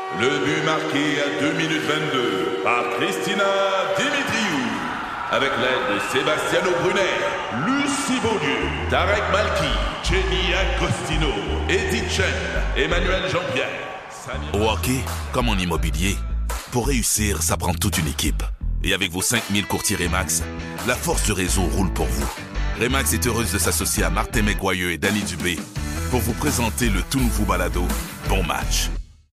Le but marqué à 2 minutes 22 par Christina Dimitriou. Avec l'aide de Sebastiano Brunet, Lucie Beaulieu, Tarek Malki, Jenny Agostino, Edith Chen, Emmanuel Jean-Pierre. Au hockey, comme en immobilier, pour réussir, ça prend toute une équipe. Et avec vos 5000 courtiers Remax, la force du réseau roule pour vous. Remax est heureuse de s'associer à Martin McGuire et Danny Dubé pour vous présenter le tout nouveau balado Bon Match.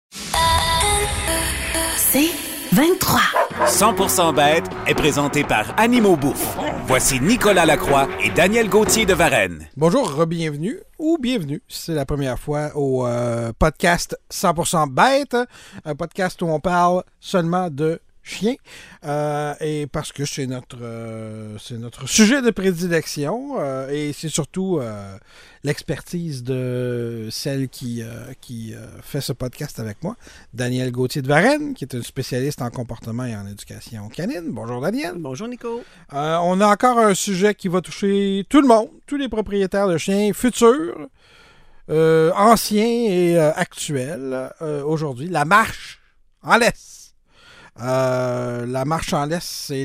C'est 23. 100% bête est présenté par Animaux Bouffe. Voici Nicolas Lacroix et Daniel Gauthier de Varennes. Bonjour, re-bienvenue ou bienvenue. C'est la première fois au podcast 100% bête, un podcast où on parle seulement de chiens, et parce que c'est notre sujet de prédilection, et c'est surtout l'expertise de celle qui fait ce podcast avec moi, Daniel Gauthier de Varennes, qui est une spécialiste en comportement et en éducation canine. Bonjour Daniel. Bonjour Nico. On a encore un sujet qui va toucher tout le monde, tous les propriétaires de chiens futurs, anciens et actuels, aujourd'hui, la marche en laisse. La marche en laisse, c'est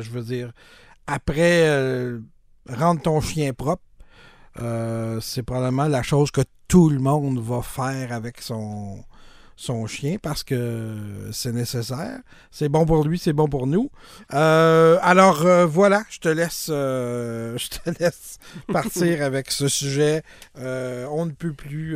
après rendre ton chien propre, c'est probablement la chose que tout le monde va faire avec son chien parce que c'est nécessaire. C'est bon pour lui, c'est bon pour nous. Alors voilà, je te laisse partir avec ce sujet on ne peut plus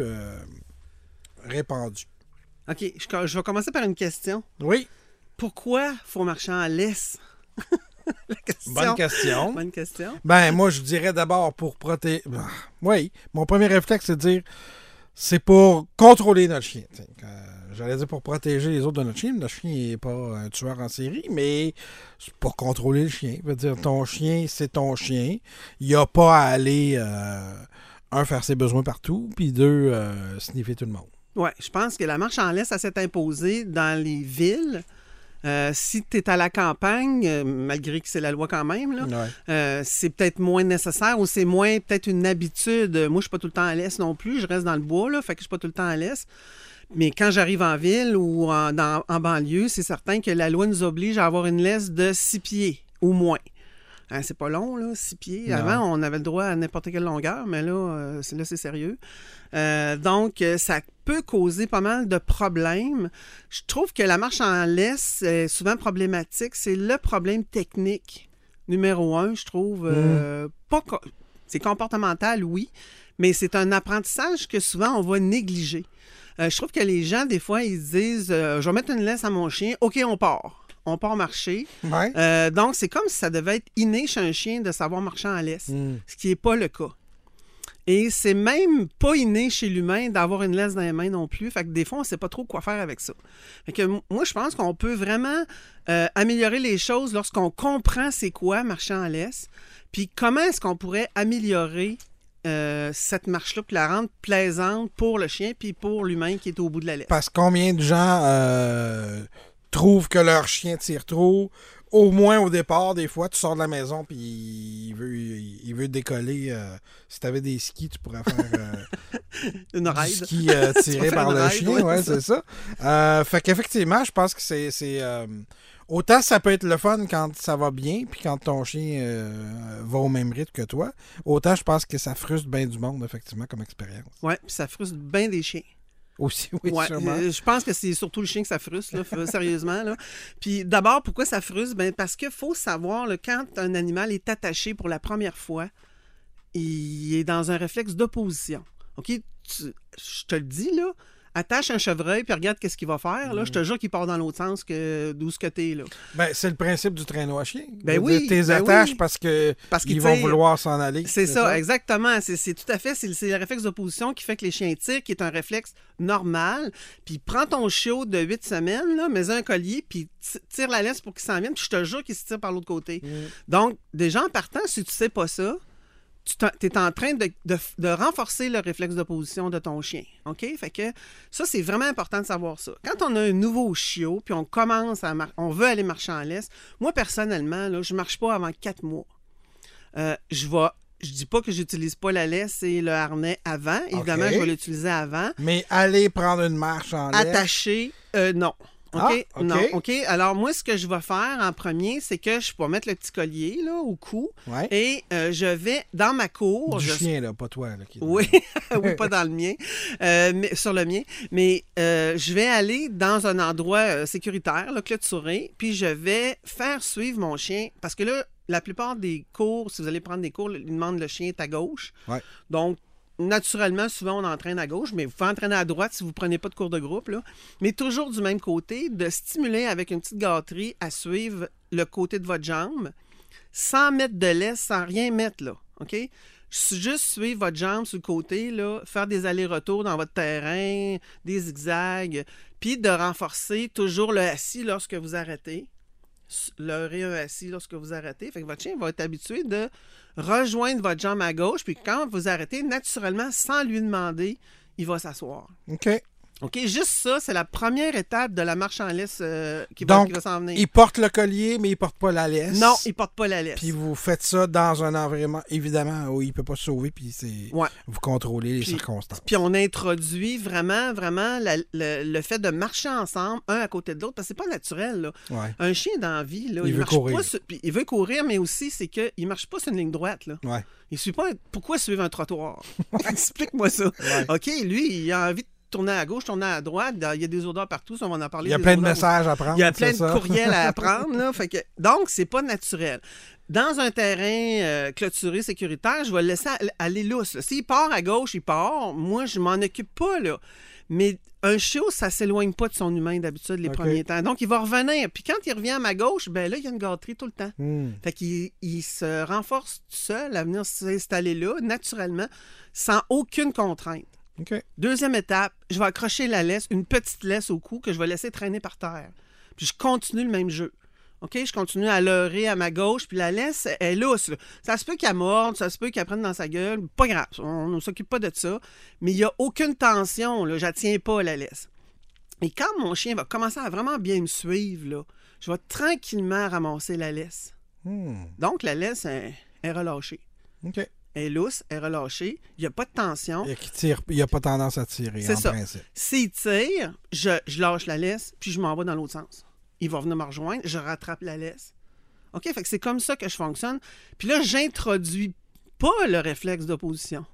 répandu. OK, je vais commencer par une question. Oui. Pourquoi faut marcher en laisse? La question. Bonne question. Bonne question. Ben, moi, je dirais d'abord pour protéger. Oui, mon premier réflexe, c'est de dire c'est pour contrôler notre chien. J'allais dire pour protéger les autres de notre chien. Notre chien n'est pas un tueur en série, mais c'est pour contrôler le chien. Je veux dire, ton chien, c'est ton chien. Il n'y a pas à aller, un, faire ses besoins partout, puis deux, sniffer tout le monde. Oui, je pense que la marche en laisse, ça s'est imposé dans les villes. Si tu es à la campagne, malgré que c'est la loi quand même, là, Ouais. c'est peut-être moins nécessaire ou c'est moins peut-être une habitude. Moi, je ne suis pas tout le temps à laisse non plus. Je reste dans le bois, là, fait que je ne suis pas tout le temps à laisse. Mais quand j'arrive en ville ou en banlieue, c'est certain que la loi nous oblige à avoir une laisse de 6 pieds ou moins. Hein, c'est pas long, là, 6 pieds. Non. Avant, on avait le droit à n'importe quelle longueur, mais là, c'est sérieux. Donc, ça peut causer pas mal de problèmes. Je trouve que la marche en laisse est souvent problématique. C'est le problème technique numéro 1, je trouve. C'est comportemental, oui, mais c'est un apprentissage que souvent on va négliger. Je trouve que les gens, des fois, ils se disent « Je vais mettre une laisse à mon chien. OK, on part. » On part marcher. Ouais. Donc, c'est comme si ça devait être inné chez un chien de savoir marcher en laisse, ce qui n'est pas le cas. Et c'est même pas inné chez l'humain d'avoir une laisse dans les mains non plus. Fait que des fois, on ne sait pas trop quoi faire avec ça. Fait que moi, je pense qu'on peut vraiment améliorer les choses lorsqu'on comprend c'est quoi marcher en laisse. Puis comment est-ce qu'on pourrait améliorer cette marche-là puis la rendre plaisante pour le chien puis pour l'humain qui est au bout de la laisse. Parce que combien de gens trouvent que leur chien tire trop, au moins au départ, des fois, tu sors de la maison puis il veut décoller. Si tu avais des skis, tu pourrais faire une du ride. ski tiré par le chien. Oui, ouais, c'est ça. Fait qu'effectivement, je pense que c'est autant ça peut être le fun quand ça va bien puis quand ton chien va au même rythme que toi, autant je pense que ça frustre bien du monde, effectivement, comme expérience. Oui, puis ça frustre bien des chiens. Aussi, oui, ouais, sûrement. Je pense que c'est surtout le chien que ça frustre, là, sérieusement. Là. Puis d'abord, pourquoi ça frustre? Ben, parce qu'il faut savoir, là, quand un animal est attaché pour la première fois, il est dans un réflexe d'opposition. OK? Je te le dis, là, attache un chevreuil puis regarde qu'est-ce qu'il va faire. Là, je te jure qu'il part dans l'autre sens que d'où ce que t'es, là. Ben, c'est le principe du traîneau à chien. Ben oui. T'es attaches parce qu'ils vont vouloir s'en aller. C'est ça, exactement. C'est tout à fait. C'est le réflexe d'opposition qui fait que les chiens tirent, qui est un réflexe normal. Puis prends ton chiot de 8 semaines, là, mets un collier, puis tire la laisse pour qu'il s'en vienne. Puis je te jure qu'il se tire par l'autre côté. Donc, déjà en partant, si tu sais pas ça, tu es en train de renforcer le réflexe d'opposition de ton chien. OK? Fait que ça, c'est vraiment important de savoir ça. Quand on a un nouveau chiot, puis on commence on veut aller marcher en laisse, moi, personnellement, là, je ne marche pas avant 4 mois. Je dis pas que j'utilise pas la laisse et le harnais avant. Évidemment, je vais l'utiliser avant. Mais aller prendre une marche en laisse. Attaché, Non. OK? Ah, OK. Non. OK. Alors, moi, ce que je vais faire en premier, c'est que je vais mettre le petit collier là, au cou Ouais. et je vais dans ma cour. Du chien, là, pas toi. Là, Oui, oui, pas dans le mien, mais sur le mien. Mais je vais aller dans un endroit sécuritaire, là, clôturé, puis je vais faire suivre mon chien. Parce que là, la plupart des cours, si vous allez prendre des cours, ils demandent le chien est à gauche. Ouais. Donc, naturellement, souvent, on entraîne à gauche, mais vous pouvez entraîner à droite si vous ne prenez pas de cours de groupe. Là. Mais toujours du même côté, de stimuler avec une petite gâterie à suivre le côté de votre jambe, sans mettre de laisse, sans rien mettre, là. OK? Juste suivre votre jambe sur le côté, là, faire des allers-retours dans votre terrain, des zigzags, puis de renforcer toujours le assis lorsque vous arrêtez. Leurrer un assis lorsque vous arrêtez. Fait que votre chien va être habitué de rejoindre votre jambe à gauche, puis quand vous arrêtez, naturellement, sans lui demander, il va s'asseoir. OK. OK, juste ça, c'est la première étape de la marche en laisse qui Donc, va s'en venir. il porte le collier, mais il porte pas la laisse. Non, il porte pas la laisse. Puis vous faites ça dans un environnement, évidemment, où il peut pas se sauver, puis c'est Ouais. vous contrôlez les Puis- circonstances. Puis on introduit vraiment le fait de marcher ensemble, un à côté de l'autre, parce que c'est pas naturel, là. Ouais. Un chien dans la vie, là, Il veut marche courir. pas puis il veut courir, mais aussi, c'est qu'il marche pas sur une ligne droite, là. Ouais. Il suit pas... Pourquoi suivre un trottoir? Explique-moi ça. Ouais. OK, lui, il a envie de tourner à gauche, tourner à droite. Il y a des odeurs partout, ça, on va en parler. Il y a des plein de odeurs. messages à prendre. Il y a plein c'est de ça? courriels à apprendre. Là, fait que, donc, c'est pas naturel. Dans un terrain clôturé, sécuritaire, je vais le laisser aller lousse. Là. S'il part à gauche, il part. Moi, je m'en occupe pas. Là. Mais un chiot, ça s'éloigne pas de son humain d'habitude les OK. premiers temps. Donc, il va revenir. Puis quand il revient à ma gauche, ben là, il y a une gâterie tout le temps. Fait qu'il se renforce tout seul à venir s'installer là, naturellement, sans aucune contrainte. OK. Deuxième étape, je vais accrocher la laisse, une petite laisse au cou que je vais laisser traîner par terre. Puis je continue le même jeu. OK? Je continue à leurrer à ma gauche, puis la laisse est lousse. Là. Ça se peut qu'elle morde, ça se peut qu'elle prenne dans sa gueule. Pas grave, on ne s'occupe pas de ça. Mais il n'y a aucune tension, là. Je la tiens pas, la laisse. Et quand mon chien va commencer à vraiment bien me suivre, là, je vais tranquillement ramasser la laisse. Donc, la laisse est relâchée. OK. Elle est lousse, elle est relâchée. Il n'y a pas de tension. Il n'y a pas tendance à tirer, C'est en ça. principe. S'il tire, je lâche la laisse, puis je m'en vais dans l'autre sens. Il va venir me rejoindre, je rattrape la laisse. OK? Fait que c'est comme ça que je fonctionne. Puis là, j'introduis pas le réflexe d'opposition.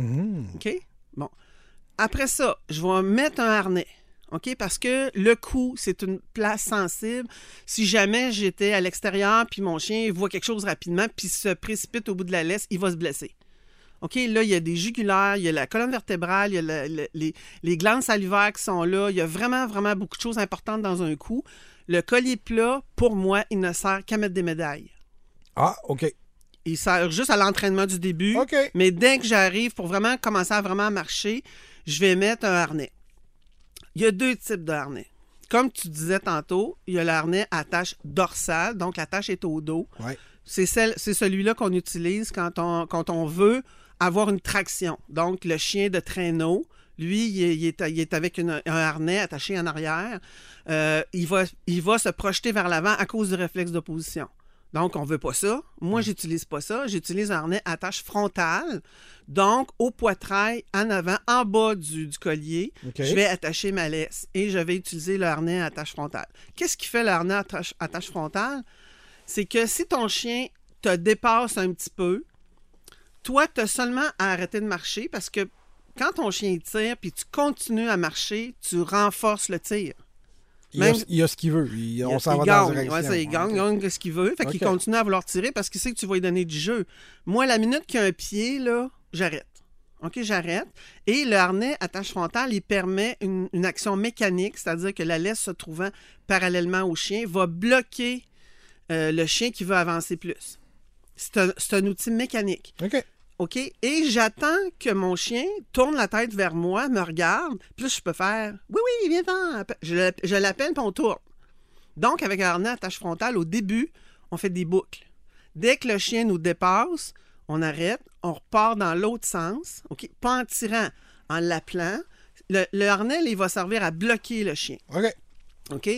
OK? Bon. Après ça, je vais mettre un harnais. OK? Parce que le cou, c'est une place sensible. Si jamais j'étais à l'extérieur, puis mon chien voit quelque chose rapidement, puis se précipite au bout de la laisse, il va se blesser. OK, là, il y a des jugulaires, il y a la colonne vertébrale, il y a les glandes salivaires qui sont là. Il y a vraiment, vraiment beaucoup de choses importantes dans un cou. Le collier plat, pour moi, il ne sert qu'à mettre des médailles. Ah, OK. Il sert juste à l'entraînement du début. OK. Mais dès que j'arrive pour vraiment commencer à vraiment marcher, je vais mettre un harnais. Il y a deux types de harnais. Comme tu disais tantôt, il y a le harnais à attache dorsale, donc la tâche est au dos. Ouais. C'est celui-là qu'on utilise quand on veut avoir une traction. Donc, le chien de traîneau, lui, il est avec un harnais attaché en arrière. Il va se projeter vers l'avant à cause du réflexe d'opposition. Donc, on ne veut pas ça. Moi, j'utilise pas ça. J'utilise un harnais attache frontale. Donc, au poitrail, en avant, en bas du collier, OK. je vais attacher ma laisse et je vais utiliser le harnais attache frontale. Qu'est-ce qui fait le harnais attache frontale? C'est que si ton chien te dépasse un petit peu, toi, tu as seulement à arrêter de marcher parce que quand ton chien tire puis tu continues à marcher, tu renforces le tir. Il y a ce qu'il veut. On s'en va dans la direction. Ouais, ça, il gagne ce qu'il veut. Fait qu'il continue à vouloir tirer parce qu'il sait que tu vas lui donner du jeu. Moi, la minute qu'il y a un pied, là, j'arrête. OK, j'arrête. Et le harnais attache frontale, il permet une action mécanique, c'est-à-dire que la laisse se trouvant parallèlement au chien va bloquer le chien qui veut avancer plus. C'est un outil mécanique. OK. OK? Et j'attends que mon chien tourne la tête vers moi, me regarde, puis là, je peux faire « Oui, oui, viens-t'en! » Je l'appelle, puis on tourne. Donc, avec un harnais attache frontale, au début, on fait des boucles. Dès que le chien nous dépasse, on arrête, on repart dans l'autre sens, OK? Pas en tirant, en l'appelant. Le harnais, il va servir à bloquer le chien. OK. OK?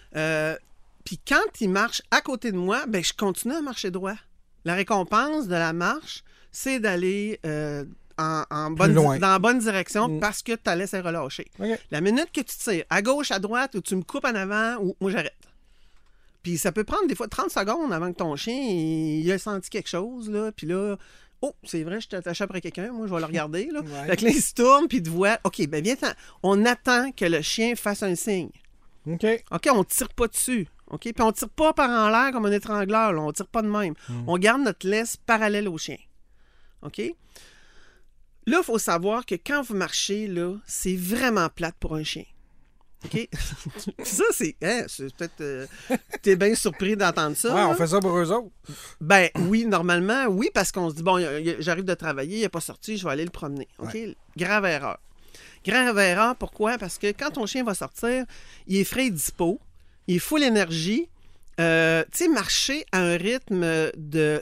Puis quand il marche à côté de moi, ben je continue à marcher droit. La récompense de la marche, c'est d'aller loin. dans la bonne direction parce que tu allais se relâcher. OK. La minute que tu tires à gauche, à droite, ou tu me coupes en avant, ou moi j'arrête. Puis ça peut prendre des fois 30 secondes avant que ton chien il ait senti quelque chose, là, puis là, oh, c'est vrai, je t'attache après quelqu'un, moi je vais le regarder. Là. Ouais. Fait que là, il se tourne, puis il te voit, OK, ben viens, on attend que le chien fasse un signe. OK. OK, on tire pas dessus. OK? Puis on tire pas par en l'air comme un étrangleur, là. On tire pas de même. On garde notre laisse parallèle au chien. OK? Là, il faut savoir que quand vous marchez, là, c'est vraiment plate pour un chien. OK? Ça, c'est... Hein, c'est peut-être... t'es bien surpris d'entendre ça. Ouais, là. on fait ça pour eux autres. Ben oui, normalement, oui, parce qu'on se dit, bon, j'arrive de travailler, il n'est pas sorti, je vais aller le promener. OK? Ouais. Grave erreur. Grave erreur, pourquoi? Parce que quand ton chien va sortir, il est frais et dispo, il est full énergie. Tu sais, marcher à un rythme de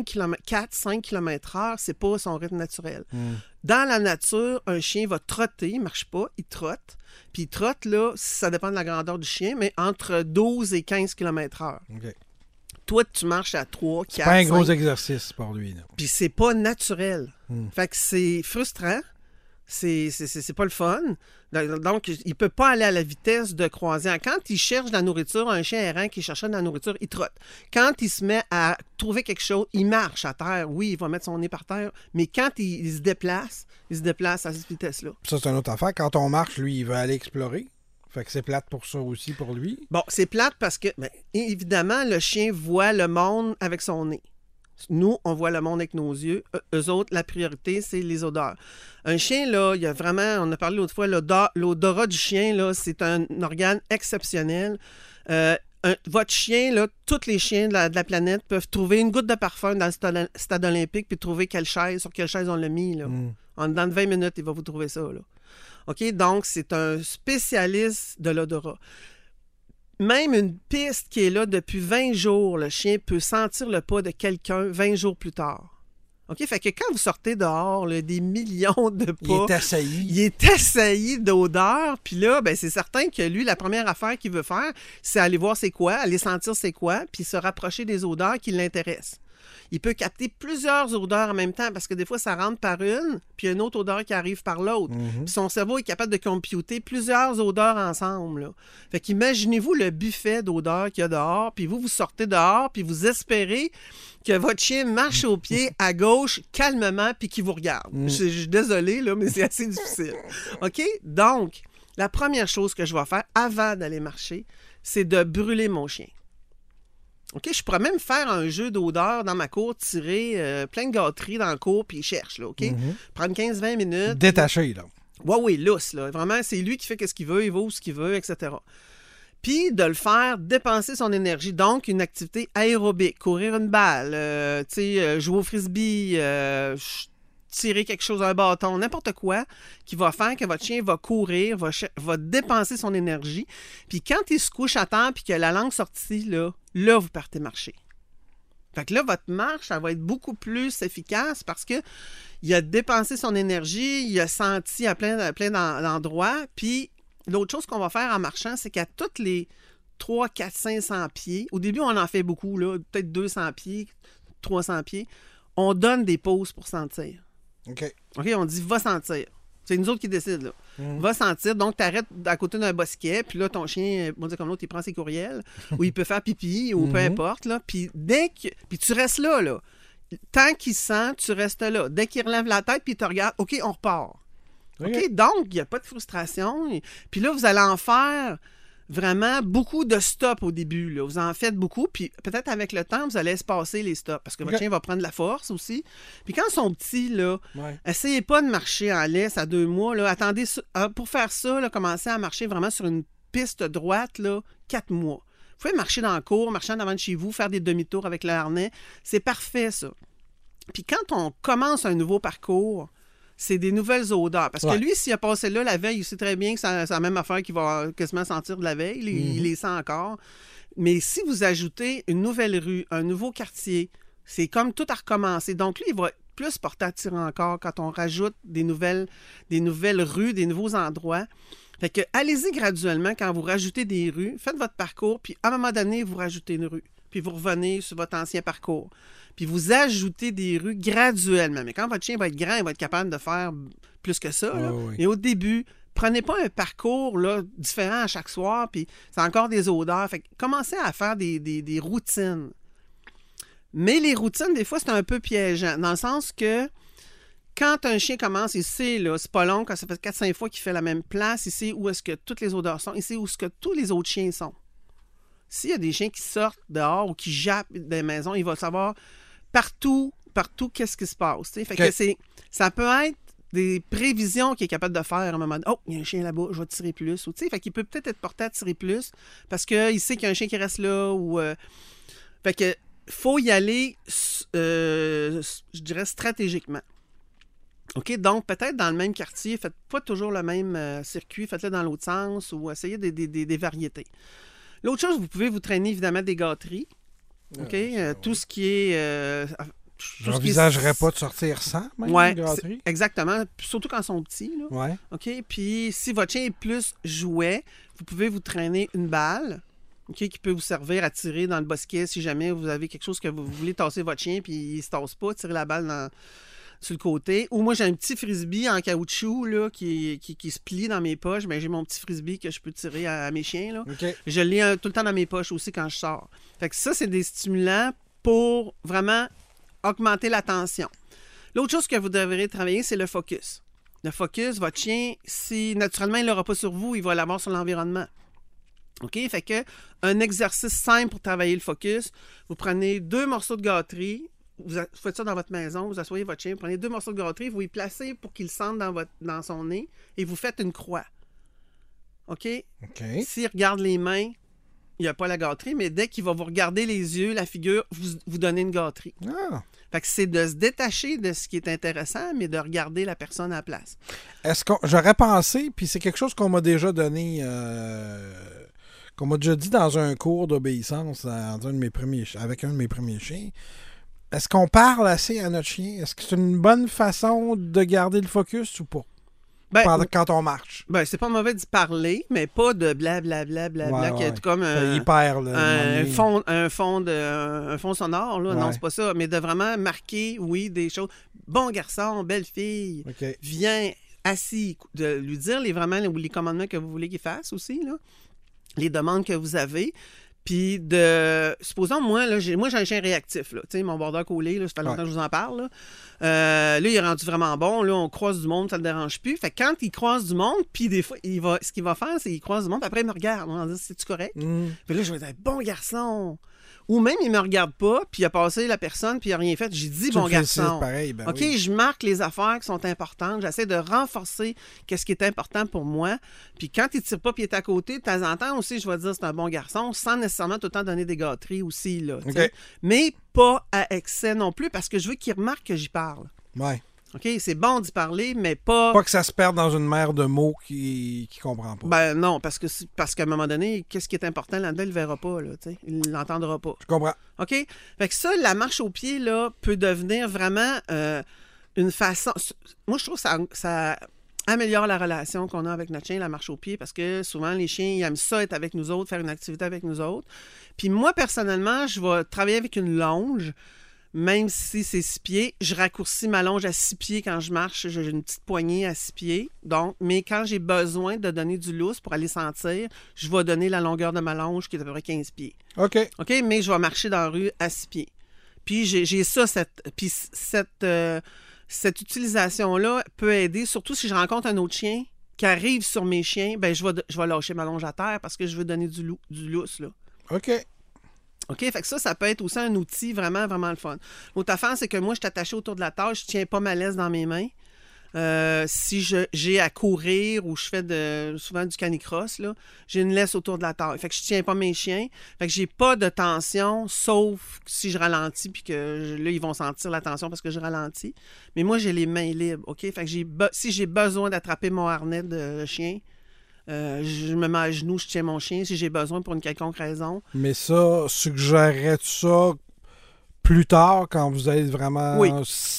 4-5 km/h, c'est pas son rythme naturel. Dans la nature, un chien va trotter, il marche pas, il trotte. Puis il trotte, là, ça dépend de la grandeur du chien, mais entre 12 et 15 km/h. OK. Toi, tu marches à 3, 4, C'est pas un 5. gros exercice pour lui. Là. Puis c'est pas naturel. Fait que c'est frustrant. C'est pas le fun. Donc, il peut pas aller à la vitesse de croisière. Quand il cherche de la nourriture, un chien errant qui cherchait de la nourriture, il trotte. Quand il se met à trouver quelque chose, il marche à terre. Oui, il va mettre son nez par terre. Mais quand il se déplace à cette vitesse-là. Ça, c'est une autre affaire. Quand on marche, lui, il veut aller explorer. Fait que c'est plate pour ça aussi, pour lui. Bon, c'est plate parce que, bien, évidemment, le chien voit le monde avec son nez. Nous, on voit le monde avec nos yeux. Eux autres, la priorité, c'est les odeurs. Un chien, là, il y a vraiment, on a parlé l'autre fois, l'odorat du chien, là, c'est un organe exceptionnel. Votre chien, là, tous les chiens de la planète peuvent trouver une goutte de parfum dans le stade olympique puis trouver sur quelle chaise on l'a mis. Là. En dedans de 20 minutes, il va vous trouver ça. Là. OK? Donc, c'est un spécialiste de l'odorat. Même une piste qui est là depuis 20 jours, le chien peut sentir le pas de quelqu'un 20 jours plus tard. OK? Fait que quand vous sortez dehors, là, des millions de pas... Il est assailli. Il est assailli d'odeurs. Puis là, ben, c'est certain que lui, la première affaire qu'il veut faire, c'est aller voir c'est quoi, aller sentir c'est quoi, puis se rapprocher des odeurs qui l'intéressent. Il peut capter plusieurs odeurs en même temps parce que des fois, ça rentre par une, puis il y a une autre odeur qui arrive par l'autre. Puis son cerveau est capable de computer plusieurs odeurs ensemble. Là. Fait qu'imaginez-vous le buffet d'odeurs qu'il y a dehors, puis vous sortez dehors, puis vous espérez que votre chien marche au pied à gauche calmement, puis qu'il vous regarde. Je suis désolée, là, mais c'est assez difficile. OK? Donc, la première chose que je vais faire avant d'aller marcher, c'est de brûler mon chien. OK, je pourrais même faire un jeu d'odeur dans ma cour, tirer plein de gâteries dans la cour, puis il cherche, là, OK? Prendre 15-20 minutes. Détaché, là. Oui, lousse, là. Vraiment, c'est lui qui fait ce qu'il veut, il va où ce qu'il veut, etc. Puis de le faire dépenser son énergie. Donc, une activité aérobique, courir une balle, jouer au frisbee, tirer quelque chose, un bâton, n'importe quoi, qui va faire que votre chien va courir, va dépenser son énergie. Puis quand il se couche à terre puis qu'il a la langue sortie, là, vous partez marcher. Fait que là, votre marche, elle va être beaucoup plus efficace parce que il a dépensé son énergie, il a senti à plein d'endroits. Puis l'autre chose qu'on va faire en marchant, c'est qu'à toutes les 300, 400, 500 pieds, au début, on en fait beaucoup, là, peut-être 200 pieds, 300 pieds, on donne des pauses pour sentir. OK. OK, on dit « va sentir ». C'est nous autres qui décident, là. Va sentir. Donc, tu arrêtes à côté d'un bosquet, puis là, ton chien, on dit comme l'autre, il prend ses courriels, ou il peut faire pipi, ou peu importe, là. Puis puis tu restes là, là. Tant qu'il sent, tu restes là. Dès qu'il relève la tête, puis il te regarde, OK, on repart. OK? Donc, il n'y a pas de frustration. Puis là, vous allez en faire vraiment beaucoup de stops au début. Là. Vous en faites beaucoup, puis peut-être avec le temps, vous allez espacer les stops, parce que votre chien va prendre de la force aussi. Puis quand ils sont petits, là, essayez pas de marcher en laisse à 2 mois. Là. Attendez, pour faire ça, là, commencez à marcher vraiment sur une piste droite, là, 4 mois. Vous pouvez marcher dans le cours, marcher en avant de chez vous, faire des demi-tours avec le harnais. C'est parfait, ça. Puis quand on commence un nouveau parcours, c'est des nouvelles odeurs. Parce que lui, s'il a passé là la veille, il sait très bien que c'est la même affaire qu'il va quasiment sentir de la veille. Il les sent encore. Mais si vous ajoutez une nouvelle rue, un nouveau quartier, c'est comme tout à recommencer. Donc, lui, il va plus porter attirant encore quand on rajoute des nouvelles rues, des nouveaux endroits. Fait que allez-y graduellement quand vous rajoutez des rues, faites votre parcours, puis à un moment donné, vous rajoutez une rue. Puis vous revenez sur votre ancien parcours. puis vous ajoutez des rues graduellement. Mais quand votre chien va être grand, il va être capable de faire plus que ça. Là. oui. Et au début, prenez pas un parcours là, différent à chaque soir, puis c'est encore des odeurs. Fait que commencez à faire des routines. Mais les routines, des fois, c'est un peu piégeant, dans le sens que quand un chien commence, il sait, là, c'est pas long, quand ça fait 4-5 fois qu'il fait la même place, il sait où est-ce que toutes les odeurs sont, il sait où est-ce que tous les autres chiens sont. S'il y a des chiens qui sortent dehors ou qui jappent des maisons, il va savoir partout qu'est-ce qui se passe. T'sais. Fait que ça peut être des prévisions qu'il est capable de faire à un moment donné. Oh, il y a un chien là-bas, je vais tirer plus. Ou, fait qu'il peut peut-être être porté à tirer plus parce qu'il sait qu'il y a un chien qui reste là. Ou, fait que faut y aller, je dirais, stratégiquement. OK? Donc, peut-être dans le même quartier, faites pas toujours le même circuit, faites-le dans l'autre sens ou essayez des variétés. L'autre chose, vous pouvez vous traîner évidemment des gâteries. OK? Tout ce qui est... J'envisagerais pas de sortir sans, même, ouais, une gâterie. Exactement. Surtout quand ils sont petits. Là. Ouais. OK? Puis, si votre chien est plus jouet, vous pouvez vous traîner une balle. OK, qui peut vous servir à tirer dans le bosquet si jamais vous avez quelque chose que vous voulez tasser votre chien puis il ne se tasse pas, tirer la balle sur le côté. Ou moi, j'ai un petit frisbee en caoutchouc là, qui se plie dans mes poches. Bien, j'ai mon petit frisbee que je peux tirer à mes chiens. Là. Okay. Je l'ai tout le temps dans mes poches aussi quand je sors. Fait que ça, c'est des stimulants pour vraiment augmenter l'attention. L'autre chose que vous devrez travailler, c'est le focus. Le focus, votre chien, si naturellement, il ne l'aura pas sur vous, il va l'avoir sur l'environnement. OK? Fait que un exercice simple pour travailler le focus, vous prenez 2 morceaux de gâterie, vous faites ça dans votre maison, vous asseyez votre chien, vous prenez 2 morceaux de gâterie, vous y placez pour qu'il sente dans son nez et vous faites une croix. OK? S'il regarde les mains, il n'y a pas la gâterie, mais dès qu'il va vous regarder les yeux, la figure, vous donnez une gâterie. Ah. Fait que c'est de se détacher de ce qui est intéressant, mais de regarder la personne à la place. J'aurais pensé, puis c'est quelque chose qu'on m'a déjà donné... qu'on m'a déjà dit dans un cours d'obéissance avec un de mes premiers chiens. Est-ce qu'on parle assez à notre chien? Est-ce que c'est une bonne façon de garder le focus ou pas? Quand on marche. C'est pas mauvais d'y parler, mais pas de blablabla qui est comme il perd un fond sonore. Là. Ouais. Non, c'est pas ça. Mais de vraiment marquer, oui, des choses. Bon garçon, belle fille, viens, assis. De lui dire les commandements que vous voulez qu'il fasse aussi, là. Les demandes que vous avez. Puis supposons, moi, j'ai un chien réactif. Là. Tu sais, mon border collie, là, ça fait longtemps que je vous en parle. Là, il est rendu vraiment bon. Là, on croise du monde, ça ne le dérange plus. Fait que quand il croise du monde, puis des fois, ce qu'il va faire, c'est qu'il croise du monde, puis après, il me regarde. On va dire, c'est-tu correct? Puis là, je vais dire, bon garçon. Ou même, il me regarde pas, puis il a passé la personne, puis il n'a rien fait. J'ai dit, bon garçon. Pareil, OK, oui. Je marque les affaires qui sont importantes. J'essaie de renforcer ce qui est important pour moi. Puis quand il ne tire pas, puis il est à côté, de temps en temps aussi, je vais dire, c'est un bon garçon, sans nécessairement tout le temps donner des gâteries aussi. Là, okay. Mais pas à excès non plus, parce que je veux qu'il remarque que j'y parle. Ouais. OK, c'est bon d'y parler, mais pas... Pas que ça se perde dans une mer de mots qu'il ne comprend pas. Ben non, parce qu'à un moment donné, qu'est-ce qui est important là-dedans, il ne le verra pas, là, il ne l'entendra pas. Je comprends. OK? Fait que ça, la marche au pied, là, peut devenir vraiment une façon... Moi, je trouve que ça améliore la relation qu'on a avec notre chien, la marche au pied, parce que souvent, les chiens, ils aiment ça, être avec nous autres, faire une activité avec nous autres. Puis moi, personnellement, je vais travailler avec une longe. Même si c'est 6 pieds, je raccourcis ma longe à 6 pieds quand je marche. J'ai une petite poignée à 6 pieds. Donc, mais quand j'ai besoin de donner du lousse pour aller sentir, je vais donner la longueur de ma longe qui est à peu près 15 pieds. OK. OK, mais je vais marcher dans la rue à 6 pieds. Puis j'ai ça, cette utilisation-là peut aider, surtout si je rencontre un autre chien qui arrive sur mes chiens, ben je vais lâcher ma longe à terre parce que je veux donner du lousse, là. OK. OK, fait que ça peut être aussi un outil vraiment, vraiment le fun. L'autre affaire, c'est que moi, je suis attachée autour de la tâche, je tiens pas ma laisse dans mes mains. Si j'ai à courir ou je fais souvent du canicross, là, j'ai une laisse autour de la tâche. Fait que je tiens pas mes chiens. Fait que j'ai pas de tension, sauf si je ralentis, puis que là, ils vont sentir la tension parce que je ralentis. Mais moi, j'ai les mains libres, OK? Fait que si j'ai besoin d'attraper mon harnais de chien, je me mets à genoux, je tiens mon chien si j'ai besoin pour une quelconque raison. Mais ça, suggérerais-tu ça plus tard quand vous êtes vraiment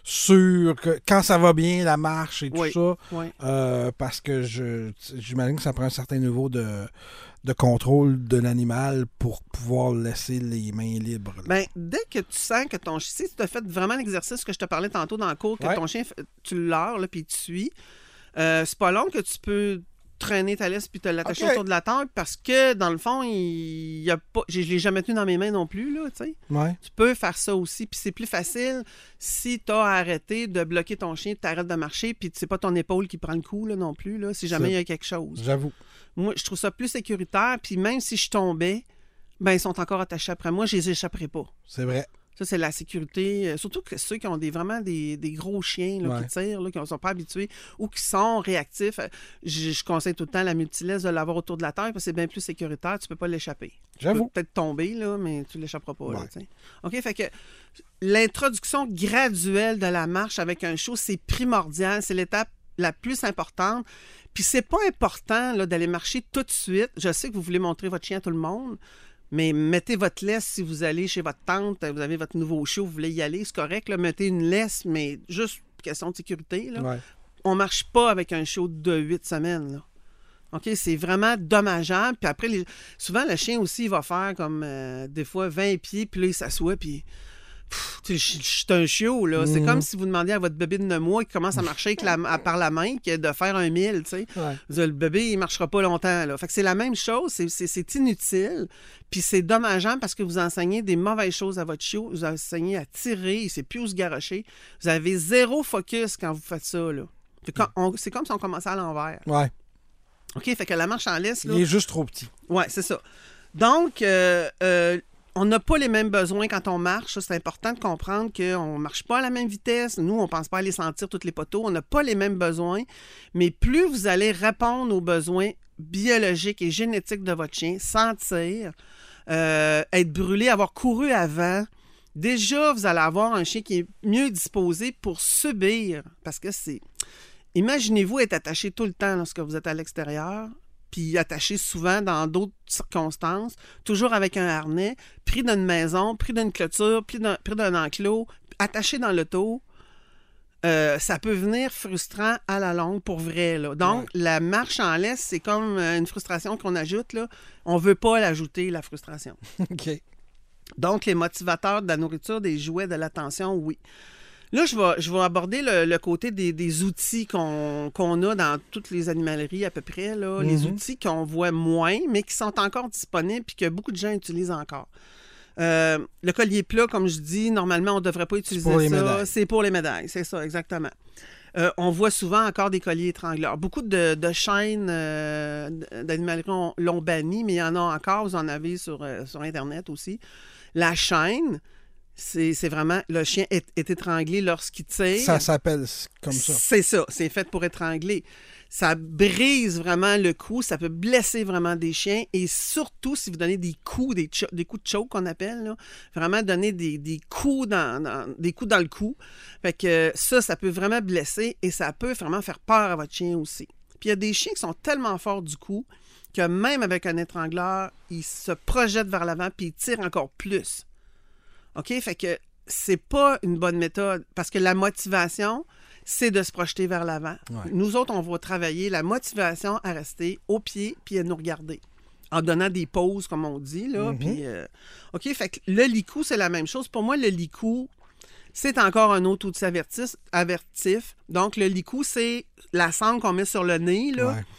sûr que quand ça va bien, la marche et tout Oui, ça, oui. parce que j'imagine que ça prend un certain niveau de contrôle de l'animal pour pouvoir laisser les mains libres. Là. Ben, dès que tu sens que ton chien, si tu as fait vraiment l'exercice que je te parlais tantôt dans le cours, que ton chien, tu le leurres, là, puis il te suit, c'est pas long que tu peux traîner ta laisse puis te l'attacher autour de la table parce que, dans le fond, il y a pas... Je l'ai jamais tenu dans mes mains non plus, là, tu sais. Ouais. Tu peux faire ça aussi, puis c'est plus facile si tu as arrêté de bloquer ton chien, tu arrêtes de marcher, puis c'est pas ton épaule qui prend le coup, là, non plus, là, si jamais il y a quelque chose. J'avoue. Moi, je trouve ça plus sécuritaire, puis même si je tombais, ben ils sont encore attachés après moi, je les échapperai pas. C'est vrai. Ça, c'est la sécurité. Surtout que ceux qui ont vraiment des gros chiens là, qui tirent, là, qui ne sont pas habitués ou qui sont réactifs. Je conseille tout le temps la multilaisse de l'avoir autour de la tête parce que c'est bien plus sécuritaire. Tu ne peux pas l'échapper. J'avoue. Tu peux peut-être tomber, là, mais tu ne l'échapperas pas. Là, OK, fait que l'introduction graduelle de la marche avec un chiot, c'est primordial. C'est l'étape la plus importante. Puis c'est pas important là, d'aller marcher tout de suite. Je sais que vous voulez montrer votre chien à tout le monde. Mais mettez votre laisse si vous allez chez votre tante, vous avez votre nouveau chiot, vous voulez y aller, c'est correct. Là, mettez une laisse, mais juste question de sécurité. Là. Ouais. On ne marche pas avec un chiot de 8 semaines. Là. OK? C'est vraiment dommageable. Puis après, souvent, le chien aussi, il va faire comme des fois 20 pieds, puis là, il s'assoit, puis... Je suis un chiot, là. C'est comme si vous demandiez à votre bébé de 9 mois qui commence à marcher par la main que de faire un 1000, tu sais. Ouais. Le bébé, il ne marchera pas longtemps, là. Fait que c'est la même chose, c'est inutile, puis c'est dommageable parce que vous enseignez des mauvaises choses à votre chiot, vous enseignez à tirer, il ne sait plus où se garrocher. Vous avez zéro focus quand vous faites ça, là. C'est comme si on commençait à l'envers. Ouais. OK, fait que la marche en laisse, là... Il est juste trop petit. Ouais, c'est ça. Donc, on n'a pas les mêmes besoins quand on marche. Ça, c'est important de comprendre qu'on ne marche pas à la même vitesse. Nous, on ne pense pas aller sentir tous les poteaux. On n'a pas les mêmes besoins. Mais plus vous allez répondre aux besoins biologiques et génétiques de votre chien, sentir, être brûlé, avoir couru avant, déjà, vous allez avoir un chien qui est mieux disposé pour subir. Parce que c'est... Imaginez-vous être attaché tout le temps lorsque vous êtes à l'extérieur, puis attaché souvent dans d'autres circonstances, toujours avec un harnais, pris d'une maison, pris d'une clôture, pris d'un enclos, attaché dans l'auto. Ça peut venir frustrant à la longue, pour vrai. Là. Donc, la marche en laisse, c'est comme une frustration qu'on ajoute. Là. On ne veut pas l'ajouter, la frustration. OK. Donc, les motivateurs de la nourriture, des jouets, de l'attention, oui. Là, je vais aborder le côté des outils qu'on a dans toutes les animaleries à peu près. Là. Les outils qu'on voit moins, mais qui sont encore disponibles et que beaucoup de gens utilisent encore. Le collier plat, comme je dis, normalement, on ne devrait pas utiliser ça. C'est pour les médailles, c'est ça, exactement. On voit souvent encore des colliers étrangleurs. Beaucoup de chaînes d'animalerie l'ont banni, mais il y en a encore. Vous en avez sur Internet aussi. La chaîne... C'est vraiment, le chien est étranglé lorsqu'il tire. Ça s'appelle comme ça. C'est ça, c'est fait pour étrangler. Ça brise vraiment le cou, ça peut blesser vraiment des chiens et surtout si vous donnez des coups de choke qu'on appelle, là, vraiment donner des coups dans le cou. Fait que ça peut vraiment blesser et ça peut vraiment faire peur à votre chien aussi. Puis il y a des chiens qui sont tellement forts du cou que même avec un étrangleur, ils se projettent vers l'avant puis ils tirent encore plus. OK? Fait que c'est pas une bonne méthode parce que la motivation, c'est de se projeter vers l'avant. Ouais. Nous autres, on va travailler la motivation à rester au pied puis à nous regarder en donnant des pauses, comme on dit. Là, puis, OK? Fait que le licou, c'est la même chose. Pour moi, le licou, c'est encore un autre outil avertif. Donc, le licou, c'est la sangle qu'on met sur le nez, là. Ouais.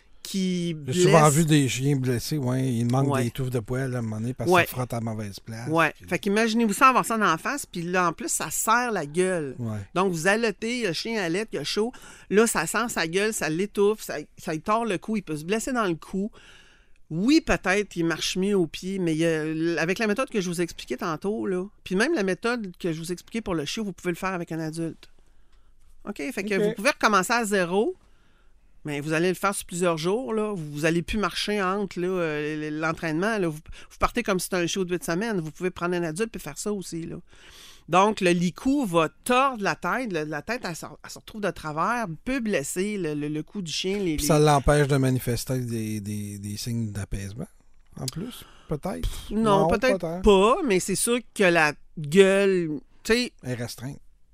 Qui blesse. J'ai souvent vu des chiens blessés, il manque des touffes de poils à un moment donné parce que ça frotte à mauvaise place. Oui, puis... fait qu'imaginez-vous ça, avoir ça dans la face, puis là, en plus, ça serre la gueule. Ouais. Donc, vous allotez, le chien allait, il a chaud, là, ça sent sa gueule, ça l'étouffe, ça lui tord le cou, il peut se blesser dans le cou. Oui, peut-être, il marche mieux au pied, mais avec la méthode que je vous ai expliquée tantôt, là, puis même la méthode que je vous ai expliquée pour le chiot, vous pouvez le faire avec un adulte. OK? Fait que vous pouvez recommencer à zéro. Mais vous allez le faire sur plusieurs jours. Là. Vous n'allez plus marcher entre l'entraînement. Là. Vous partez comme si c'était un chiot de 8 semaines. Vous pouvez prendre un adulte et faire ça aussi. Là. Donc, le licou va tordre la tête. La tête, elle se retrouve de travers, peut blesser le cou du chien. Ça l'empêche de manifester des signes d'apaisement, en plus, peut-être? Non, peut-être pas, mais c'est sûr que la gueule... est restreinte.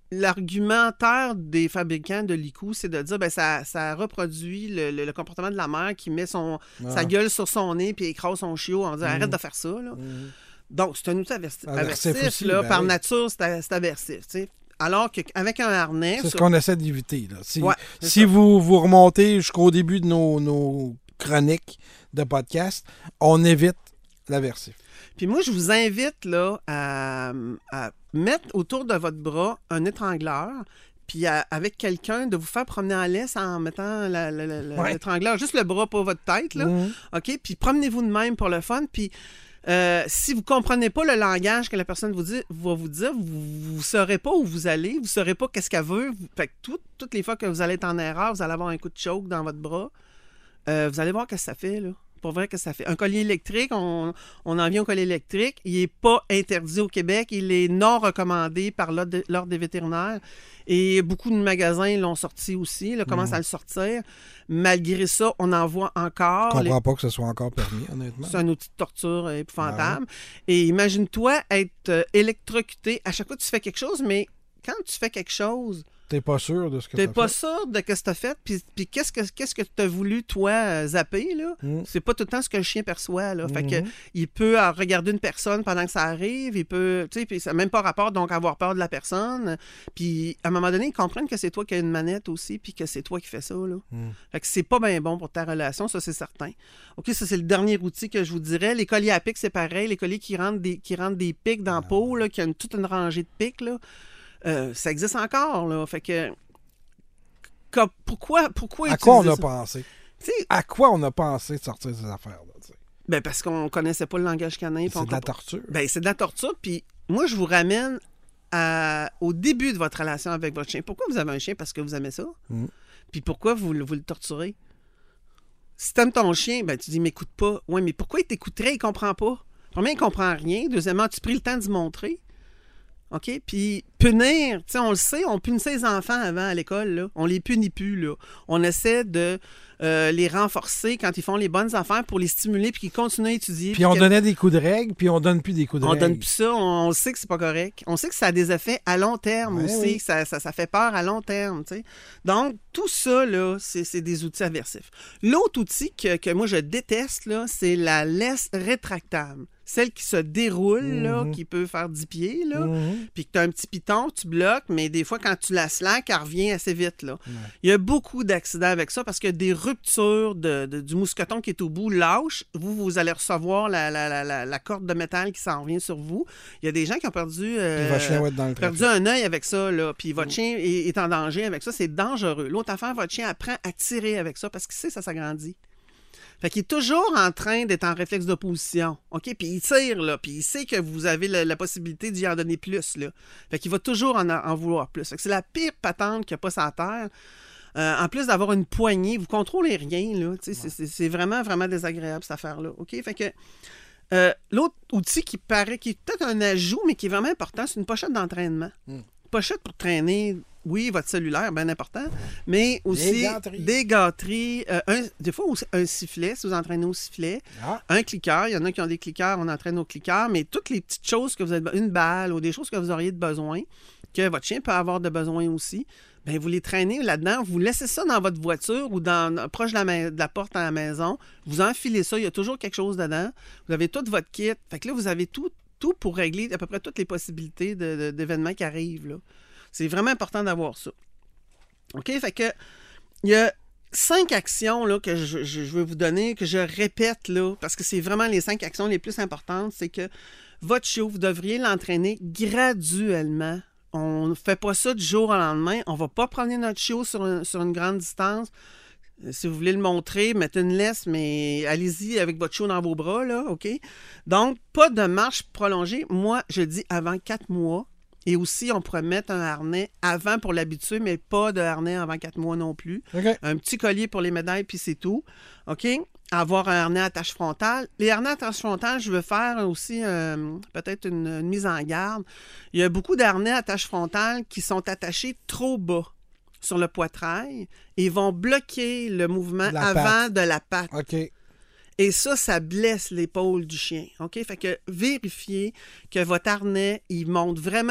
l'argumentaire des fabricants de licou, c'est de dire ben ça reproduit le comportement de la mère qui met sa gueule sur son nez puis écrase son chiot en disant arrête de faire ça. Là. Donc, c'est un outil aversif aussi, là, par oui. nature, c'est aversif. T'sais. Alors qu'avec un harnais... C'est ce qu'on essaie d'éviter. Là. Si ça. vous remontez jusqu'au début de nos chroniques de podcast, on évite l'aversif. Puis moi, je vous invite là, à mettre autour de votre bras un étrangleur, puis avec quelqu'un, de vous faire promener en laisse en mettant l'étrangleur, juste le bras, pas votre tête. Là. OK? Puis promenez-vous de même pour le fun. Puis si vous ne comprenez pas le langage que la personne va vous dire, vous ne saurez pas où vous allez, vous ne saurez pas qu'est-ce qu'elle veut. Fait que toutes les fois que vous allez être en erreur, vous allez avoir un coup de choke dans votre bras. Vous allez voir ce que ça fait, là. Pour vrai que ça fait. Un collier électrique, on en vient au collier électrique. Il n'est pas interdit au Québec. Il est non recommandé par l'Ordre des vétérinaires. Et beaucoup de magasins l'ont sorti aussi, commencent à le sortir. Malgré ça, on en voit encore. Je ne comprends pas que ce soit encore permis, honnêtement. C'est un outil de torture épouvantable. Et imagine-toi être électrocuté à chaque fois que tu fais quelque chose, mais quand tu fais quelque chose... T'es pas sûr de ce que tu as fait. T'es pas sûr de ce que tu as fait. Puis qu'est-ce que tu as voulu, toi, zapper, là? C'est pas tout le temps ce que le chien perçoit, là. Fait que il peut regarder une personne pendant que ça arrive. Il peut, tu sais, puis ça n'a même pas rapport, donc, avoir peur de la personne. Puis, à un moment donné, ils comprennent que c'est toi qui as une manette aussi, puis que c'est toi qui fais ça, là. Fait que c'est pas bien bon pour ta relation, ça, c'est certain. OK, ça, c'est le dernier outil que je vous dirais. Les colliers à pics, c'est pareil. Les colliers qui rentrent des pics dans la peau, là, qui ont toute une rangée de pics, là. Ça existe encore, là. Fait que... Pourquoi à quoi on a ça? pensé? T'sais, à quoi on a pensé de sortir ces affaires-là? T'sais? Ben parce qu'on connaissait pas le langage canin. C'est de la torture. Ben c'est de la torture. Puis moi, je vous ramène au début de votre relation avec votre chien. Pourquoi vous avez un chien? Parce que vous aimez ça. Puis pourquoi vous le torturez? Si t'aimes ton chien, ben tu dis, m'écoute pas. Oui, mais pourquoi il t'écouterait? Il comprend pas. Premièrement, il comprend rien. Deuxièmement, as-tu pris le temps d'y montrer? OK? Puis punir, tu sais, on le sait, on punissait les enfants avant à l'école, là. On les punit plus, là. On essaie de les renforcer quand ils font les bonnes affaires pour les stimuler puis qu'ils continuent à étudier. Puis on donnait des coups de règle, puis on donne plus des coups de règle. On donne plus ça, on sait que c'est pas correct. On sait que ça a des effets à long terme aussi, oui. ça fait peur à long terme, tu sais. Donc, tout ça, là, c'est des outils aversifs. L'autre outil que moi, je déteste, là, c'est la laisse rétractable. Celle qui se déroule, là, qui peut faire 10 pieds, là, puis que tu as un petit piton, tu bloques, mais des fois, quand tu la slack, elle revient assez vite, là. Il y a beaucoup d'accidents avec ça parce qu'il y a des ruptures du mousqueton qui est au bout lâche. Vous allez recevoir la corde de métal qui s'en revient sur vous. Il y a des gens qui ont perdu un œil avec ça, là, puis votre chien est en danger avec ça. C'est dangereux. L'autre affaire, votre chien apprend à tirer avec ça parce qu'il sait que ça s'agrandit. Fait qu'il est toujours en train d'être en réflexe d'opposition. OK? Puis il tire, là. Puis il sait que vous avez la possibilité d'y en donner plus, là. Fait qu'il va toujours en vouloir plus. Fait que c'est la pire patente qu'il n'y a pas sur la terre. En plus d'avoir une poignée, vous contrôlez rien, là. C'est vraiment, vraiment désagréable, cette affaire-là. OK? Fait que l'autre outil qui est peut-être un ajout, mais qui est vraiment important, c'est une pochette d'entraînement. Pochette pour traîner... Oui, votre cellulaire, bien important, mais aussi des gâteries, des fois aussi un sifflet, si vous entraînez au sifflet, un cliqueur, il y en a qui ont des cliqueurs, on entraîne au cliqueur, mais toutes les petites choses que vous avez, une balle ou des choses que vous auriez de besoin, que votre chien peut avoir de besoin aussi, bien, vous les traînez là-dedans, vous laissez ça dans votre voiture ou proche de la porte à la maison, vous enfilez ça, il y a toujours quelque chose dedans, vous avez tout votre kit, fait que là, vous avez tout pour régler à peu près toutes les possibilités d'événements qui arrivent, là. C'est vraiment important d'avoir ça. OK? Fait que il y a 5 actions là, que je veux vous donner, que je répète, là, parce que c'est vraiment les 5 actions les plus importantes. C'est que votre chiot, vous devriez l'entraîner graduellement. On ne fait pas ça du jour au lendemain. On ne va pas promener notre chiot sur une grande distance. Si vous voulez le montrer, mettez une laisse, mais allez-y avec votre chiot dans vos bras, là, OK? Donc, pas de marche prolongée. Moi, je dis avant 4 mois. Et aussi, on pourrait mettre un harnais avant pour l'habituer, mais pas de harnais avant 4 mois non plus. Okay. Un petit collier pour les médailles, puis c'est tout. OK? Avoir un harnais à attache frontale. Les harnais à attache frontale, je veux faire aussi peut-être une mise en garde. Il y a beaucoup d'harnais à attache frontale qui sont attachés trop bas sur le poitrail et vont bloquer le mouvement avant de la patte. OK. Et ça blesse l'épaule du chien. OK? Fait que vérifiez que votre harnais, il monte vraiment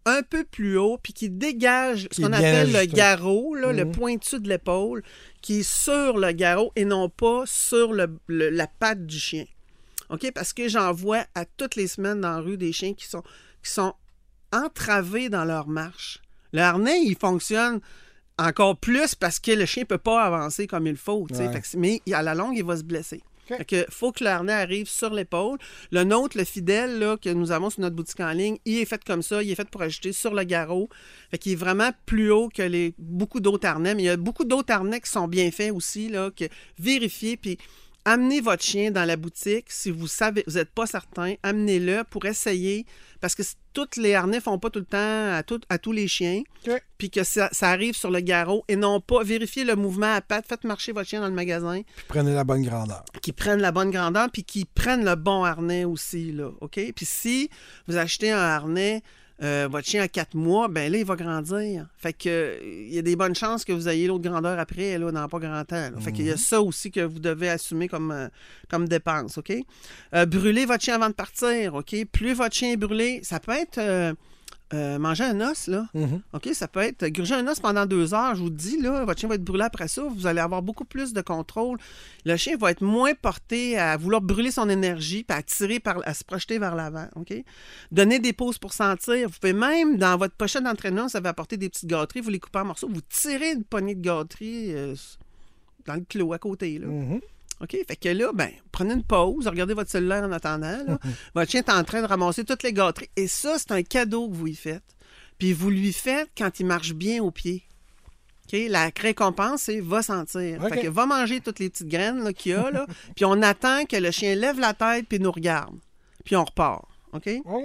un peu plus haut, puis qui dégage ce qu'on bien appelle le ajusté. garrot, là, le pointu de l'épaule, qui est sur le garrot et non pas sur la patte du chien. OK? Parce que j'en vois à toutes les semaines dans la rue des chiens qui sont entravés dans leur marche. Le harnais, il fonctionne encore plus parce que le chien ne peut pas avancer comme il faut. Ouais. Fait que, mais à la longue, il va se blesser. OK. Fait que faut que le harnais arrive sur l'épaule. Le nôtre, le fidèle, là, que nous avons sur notre boutique en ligne, il est fait comme ça. Il est fait pour ajouter sur le garrot. Fait qu'il est vraiment plus haut que beaucoup d'autres harnais. Mais il y a beaucoup d'autres harnais qui sont bien faits aussi, là, que vérifiez. Puis amenez votre chien dans la boutique. Si vous n'êtes pas certain, amenez-le pour essayer. Parce que tous les harnais ne font pas tout le temps à tous les chiens. OK. Puis que ça arrive sur le garrot et non pas. Vérifiez le mouvement à pattes. Faites marcher votre chien dans le magasin. Puis prenez la bonne grandeur. Qui prennent la bonne grandeur puis qui prennent le bon harnais aussi, là, OK? Puis si vous achetez un harnais, votre chien a 4 mois, ben là, il va grandir. Fait que il y a des bonnes chances que vous ayez l'autre grandeur après, là, dans pas grand temps. Là. Fait qu'il y a ça aussi que vous devez assumer comme dépense, OK? Brûlez votre chien avant de partir, OK? Plus votre chien est brûlé, ça peut être... manger un os, là. Mm-hmm. OK, ça peut être gruger un os pendant 2 heures, je vous dis, là, votre chien va être brûlé après ça, vous allez avoir beaucoup plus de contrôle. Le chien va être moins porté à vouloir brûler son énergie puis à se projeter vers l'avant, OK? Donnez des pauses pour sentir. Vous pouvez même, dans votre pochette d'entraînement, ça va apporter des petites gâteries, vous les coupez en morceaux, vous tirez une poignée de gâteries dans le clos à côté, là. Mm-hmm. OK? Fait que là, ben, prenez une pause, regardez votre cellulaire en attendant. Là. Votre chien est en train de ramasser toutes les gâteries. Et ça, c'est un cadeau que vous lui faites. Puis vous lui faites quand il marche bien au pied. OK? La récompense, c'est va sentir. OK. Fait que va manger toutes les petites graines là, qu'il y a. Là, puis on attend que le chien lève la tête puis nous regarde. Puis on repart. OK? OK.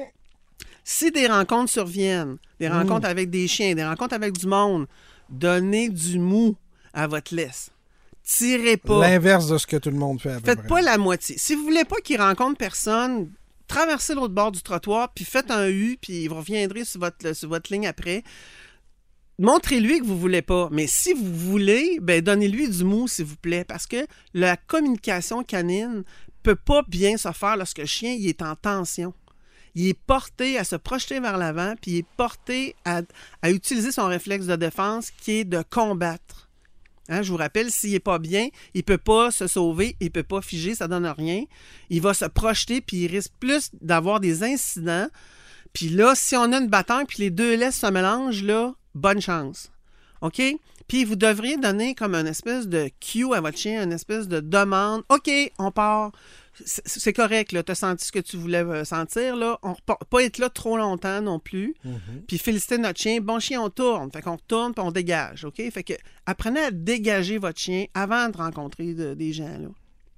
Si des rencontres surviennent, des rencontres avec des chiens, des rencontres avec du monde, donnez du mou à votre laisse. Tirez pas. L'inverse de ce que tout le monde fait. À peu Faites près. pas la moitié. Si vous voulez pas qu'il rencontre personne, traversez l'autre bord du trottoir, puis faites un U, puis vous reviendrez sur votre ligne après. Montrez-lui que vous voulez pas. Mais si vous voulez, ben donnez-lui du mou, s'il vous plaît, parce que la communication canine peut pas bien se faire lorsque le chien il est en tension. Il est porté à se projeter vers l'avant, puis il est porté à utiliser son réflexe de défense qui est de combattre. Hein, je vous rappelle, s'il n'est pas bien, il ne peut pas se sauver, il ne peut pas figer, ça ne donne rien. Il va se projeter, puis il risque plus d'avoir des incidents. Puis là, si on a une bataille, puis les deux laisses se mélangent, là, bonne chance. OK? Puis vous devriez donner comme une espèce de cue à votre chien, une espèce de demande. OK, on part. C'est correct, là. Tu as senti ce que tu voulais sentir, là. On repart, pas être là trop longtemps non plus. Puis féliciter notre chien. Bon chien, on tourne. Fait qu'on retourne, puis on dégage, OK? Fait que apprenez à dégager votre chien avant de rencontrer des gens, là.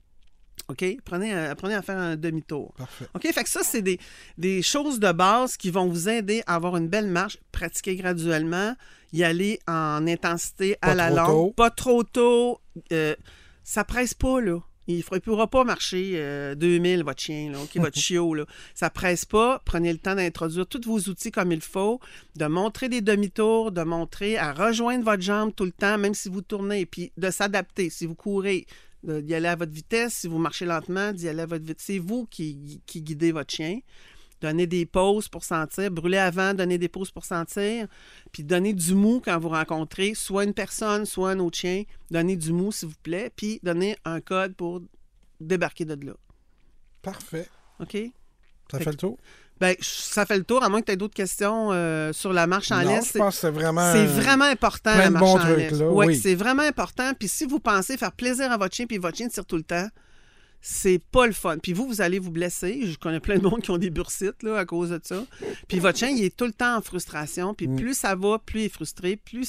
OK? Apprenez à faire un demi-tour. Parfait. OK? Fait que ça, c'est des choses de base qui vont vous aider à avoir une belle marche. Pratiquer graduellement. Y aller en intensité à la longue. Tôt. Pas trop tôt. Ça presse pas, là. Il ne pourra pas marcher 2000, votre chien, là, OK, votre chiot. Là. Ça ne presse pas. Prenez le temps d'introduire tous vos outils comme il faut, de montrer des demi-tours, de montrer à rejoindre votre jambe tout le temps, même si vous tournez, puis de s'adapter. Si vous courez, d'y aller à votre vitesse. Si vous marchez lentement, d'y aller à votre vitesse. C'est vous qui guidez votre chien. Donnez des pauses pour sentir. Brûler avant, donnez des pauses pour sentir. Puis donnez du mou quand vous rencontrez soit une personne, soit un autre chien. Donnez du mou, s'il vous plaît. Puis donnez un code pour débarquer de là. Parfait. OK? Ça fait le tour? Bien, ça fait le tour, à moins que tu aies d'autres questions sur la marche en Non, laisse. je pense que c'est vraiment... C'est vraiment important, plein la de marche bons en trucs, laisse. là, Ouais, oui. c'est vraiment important. Puis si vous pensez faire plaisir à votre chien, puis votre chien tire tout le temps, c'est pas le fun. Puis vous allez vous blesser. Je connais plein de monde qui ont des bursites là, à cause de ça. Puis votre chien, il est tout le temps en frustration. Puis plus ça va, plus il est frustré, plus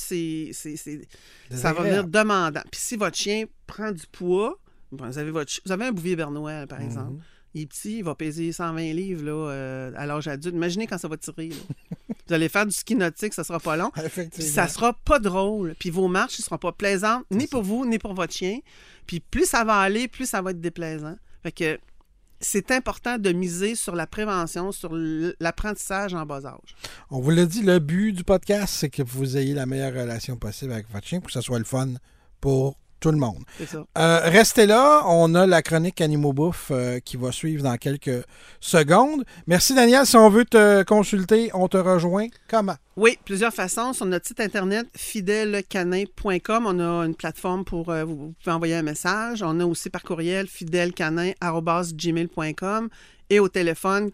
ça va devenir demandant. Puis si votre chien prend du poids, bon, vous avez un bouvier bernois, par exemple. Il est petit, il va peser 120 livres là, à l'âge adulte. Imaginez quand ça va tirer. Là. Vous allez faire du ski nautique, ça sera pas long. Puis ça sera pas drôle. Puis vos marches ne seront pas plaisantes, ni pour vous, ni pour votre chien. Puis plus ça va aller, plus ça va être déplaisant. Fait que c'est important de miser sur la prévention, sur l'apprentissage en bas âge. On vous l'a dit, le but du podcast, c'est que vous ayez la meilleure relation possible avec votre chien pour que ce soit le fun pour tout le monde. C'est ça. Restez là, on a la chronique Animaux Bouffe qui va suivre dans quelques secondes. Merci Daniel, si on veut te consulter, on te rejoint comment? Oui, plusieurs façons. Sur notre site internet, fidèlecanin.com, on a une plateforme pour vous pouvez envoyer un message. On a aussi par courriel fidèlecanin@gmail.com et au téléphone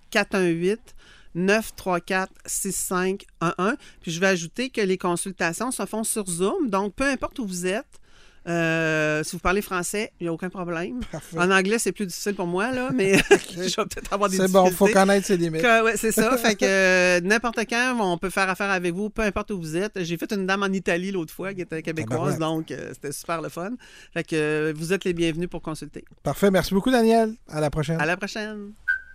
418-934-6511. Puis je vais ajouter que les consultations se font sur Zoom, donc peu importe où vous êtes. Si vous parlez français, il n'y a aucun problème. Parfait. En anglais, c'est plus difficile pour moi, là, mais je vais peut-être avoir des difficultés. C'est bon, il faut connaître ses limites. Oui, c'est ça. Fait que n'importe quand, on peut faire affaire avec vous, peu importe où vous êtes. J'ai fait une dame en Italie l'autre fois qui était québécoise, donc c'était super le fun. Fait que vous êtes les bienvenus pour consulter. Parfait. Merci beaucoup, Daniel. À la prochaine. À la prochaine.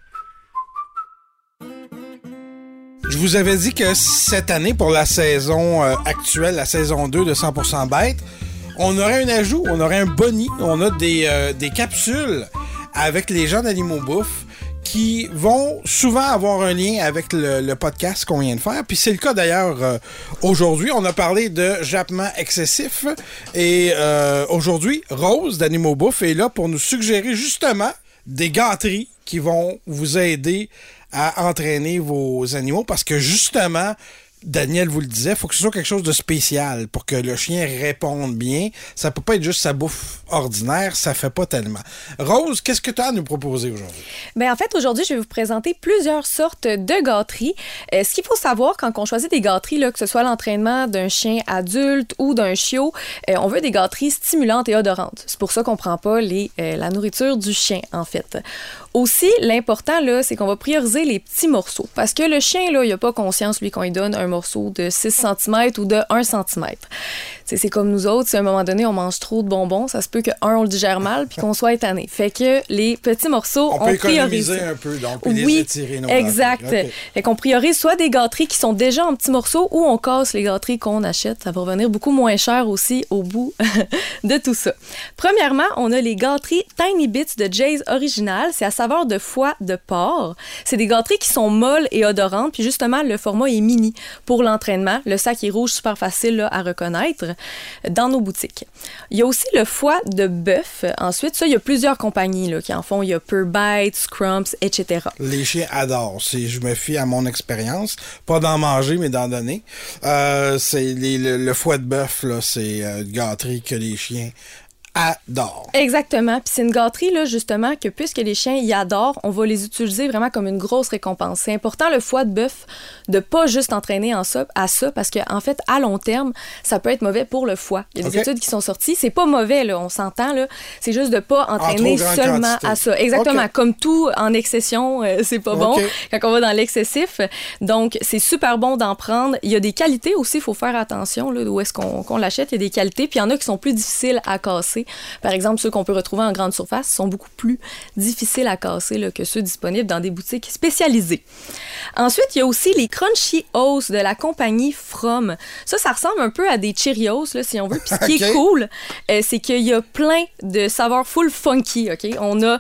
Je vous avais dit que cette année, pour la saison actuelle, la saison 2 de 100% Bête, on aurait un ajout, on aurait un boni, on a des capsules avec les gens d'Animaux Bouffe qui vont souvent avoir un lien avec le podcast qu'on vient de faire. Puis c'est le cas d'ailleurs aujourd'hui. On a parlé de jappement excessif et aujourd'hui, Rose d'Animaux Bouffe est là pour nous suggérer justement des gâteries qui vont vous aider à entraîner vos animaux parce que justement, Daniel vous le disait, il faut que ce soit quelque chose de spécial pour que le chien réponde bien. Ça peut pas être juste sa bouffe ordinaire, ça fait pas tellement. Rose, qu'est-ce que tu as à nous proposer aujourd'hui? Bien, en fait, aujourd'hui, je vais vous présenter plusieurs sortes de gâteries. Ce qu'il faut savoir quand on choisit des gâteries, là, que ce soit l'entraînement d'un chien adulte ou d'un chiot, on veut des gâteries stimulantes et odorantes. C'est pour ça qu'on prend pas la nourriture du chien, en fait. Aussi, l'important, là, c'est qu'on va prioriser les petits morceaux. Parce que le chien, là, il n'a pas conscience, lui, qu'on lui donne un morceau de 6 cm ou de 1 cm. C'est comme nous autres, si à un moment donné, on mange trop de bonbons, ça se peut on le digère mal puis qu'on soit étanné. Fait que les petits morceaux, on priorise. Économiser un peu, donc, puis les étirer. Exact. Okay. Fait qu'on priorise soit des gâteries qui sont déjà en petits morceaux ou on casse les gâteries qu'on achète. Ça va revenir beaucoup moins cher aussi au bout de tout ça. Premièrement, on a les gâteries Tiny Bits de Jay's Original. C'est à saveur de foie de porc. C'est des gâteries qui sont molles et odorantes. Puis justement, le format est mini pour l'entraînement. Le sac est rouge, super facile là, à reconnaître dans nos boutiques. Il y a aussi le foie de bœuf. Ensuite, ça, il y a plusieurs compagnies là, qui en font. Il y a Pure Bites, Scrumps, etc. Les chiens adorent. Je me fie à mon expérience. Pas d'en manger, mais d'en donner. Le foie de bœuf, là, c'est une gâterie que les chiens adorent. Exactement. Puis c'est une gâterie, là, justement, que puisque les chiens y adorent, on va les utiliser vraiment comme une grosse récompense. C'est important, le foie de bœuf, de pas juste entraîner à ça, parce qu'en fait, à long terme, ça peut être mauvais pour le foie. Il y a des études qui sont sorties. C'est pas mauvais, là, on s'entend, là. C'est juste de pas entraîner seulement quantité. À ça. Exactement. Comme tout en excession, c'est pas bon quand on va dans l'excessif. Donc, c'est super bon d'en prendre. Il y a des qualités aussi, il faut faire attention, là, où est-ce qu'on l'achète. Il y a des qualités, puis il y en a qui sont plus difficiles à casser. Par exemple, ceux qu'on peut retrouver en grande surface sont beaucoup plus difficiles à casser là, que ceux disponibles dans des boutiques spécialisées. Ensuite, il y a aussi les Crunchy Oats de la compagnie From. Ça ressemble un peu à des Cheerios, là, si on veut. Puis ce qui est cool, c'est qu'il y a plein de saveurs full funky. Okay?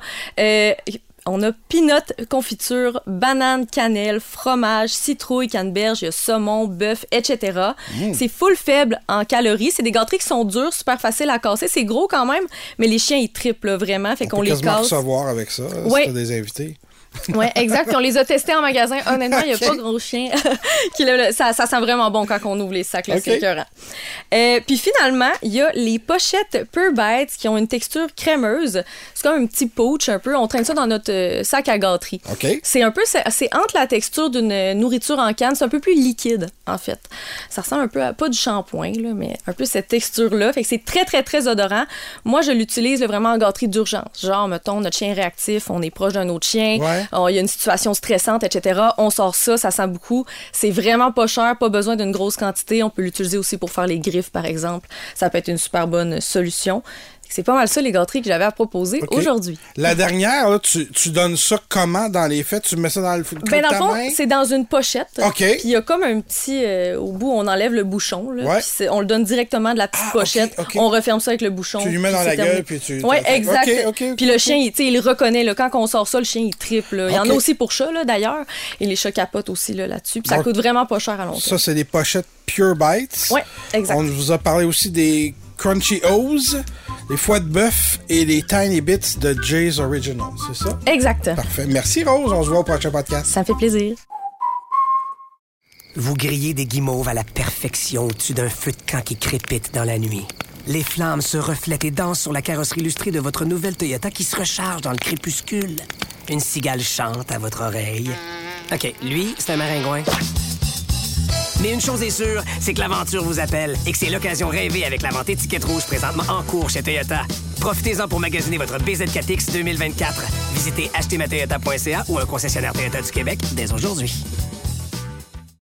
On a peanut, confiture, banane, cannelle, fromage, citrouille, canneberge, il y a saumon, bœuf, etc. C'est full faible en calories. C'est des gâteries qui sont dures, super faciles à casser. C'est gros quand même, mais les chiens, ils triplent là, vraiment. Fait qu'on les casse. On peut quasiment recevoir avec ça, si t'as des invités. Oui, exact. Puis on les a testés en magasin. Honnêtement, il n'y a pas gros chien. Ça sent vraiment bon quand on ouvre les sacs. Là, c'est écœurant. Puis finalement, il y a les pochettes Pure Bites qui ont une texture crémeuse. C'est comme un petit pouch un peu. On traîne ça dans notre sac à gâterie. C'est entre la texture d'une nourriture en canne. C'est un peu plus liquide, en fait. Ça ressemble un peu à, pas du shampoing, là, mais un peu cette texture-là. Fait que c'est très, très, très odorant. Moi, je l'utilise vraiment en gâterie d'urgence. Genre, mettons, notre chien est réactif, on est proche d'un autre chien. Il y a une situation stressante, etc. On sort ça sent beaucoup. C'est vraiment pas cher, pas besoin d'une grosse quantité. On peut l'utiliser aussi pour faire les griffes, par exemple. Ça peut être une super bonne solution. C'est pas mal ça, les gâteries que j'avais à proposer aujourd'hui. La dernière, là, tu donnes ça comment dans les fêtes? Tu mets ça dans le creux de ta main? Dans le fond, c'est dans une pochette. Puis il y a comme un petit... au bout, on enlève le bouchon. Là, puis on le donne directement de la petite pochette. On referme ça avec le bouchon. Tu lui mets dans la gueule, puis tu... Oui, exact. Puis le chien, il reconnaît. Là, quand on sort ça, le chien, il triple. Il y en a aussi pour chat, là, d'ailleurs. Et les chats capotent aussi là-dessus. Puis ça coûte vraiment pas cher à long terme. Ça, c'est des pochettes Pure Bites. Oui, exact. On vous a parlé aussi des Crunchy O's, les foies de bœuf et les Tiny Bits de Jay's Original, c'est ça? Exact. Parfait. Merci Rose, on se voit au prochain podcast. Ça me fait plaisir. Vous grillez des guimauves à la perfection au-dessus d'un feu de camp qui crépite dans la nuit. Les flammes se reflètent et dansent sur la carrosserie illustrée de votre nouvelle Toyota qui se recharge dans le crépuscule. Une cigale chante à votre oreille. OK, lui, c'est un maringouin. Mais une chose est sûre, c'est que l'aventure vous appelle et que c'est l'occasion rêvée avec la vente étiquette rouge présentement en cours chez Toyota. Profitez-en pour magasiner votre BZ4X 2024. Visitez achetermatoyota.ca ou un concessionnaire Toyota du Québec dès aujourd'hui.